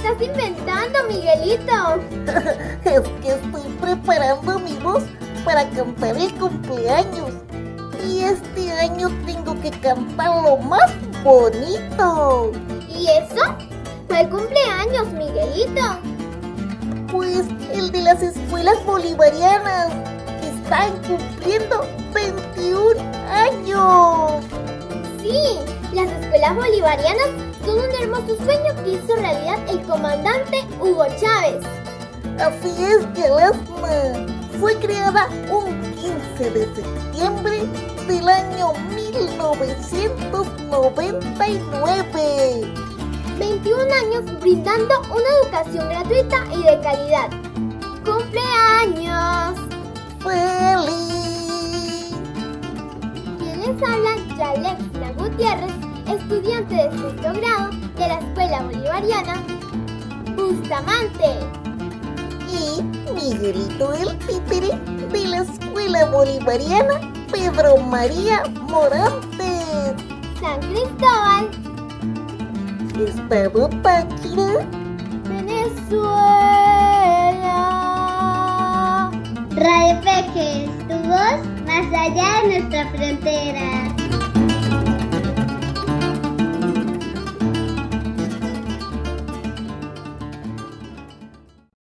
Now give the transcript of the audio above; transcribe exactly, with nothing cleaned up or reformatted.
estás inventando, Miguelito? Es que estoy preparando mi voz para cantar el cumpleaños. Y este año tengo que cantar lo más bonito. ¿Y eso? ¿Cuál cumpleaños, Miguelito? Pues el de las escuelas bolivarianas, que están cumpliendo veintiún años. Sí, las escuelas bolivarianas son un hermoso sueño que hizo realidad el comandante Hugo Chávez. Así es, Galasma. Fue creada un quince de septiembre del año mil novecientos noventa y nueve. veintiún años brindando una educación gratuita y de calidad. ¡Cumpleaños! ¡Feliz! Quien les habla, Yalexna Gutiérrez, estudiante de sexto grado de la Escuela Bolivariana Bustamante. Y Miguelito el Títere de la Escuela Bolivariana Pedro María Morantes, San Cristóbal, Estado Táchira, Venezuela. Radio Peques, tu voz más allá de nuestra frontera.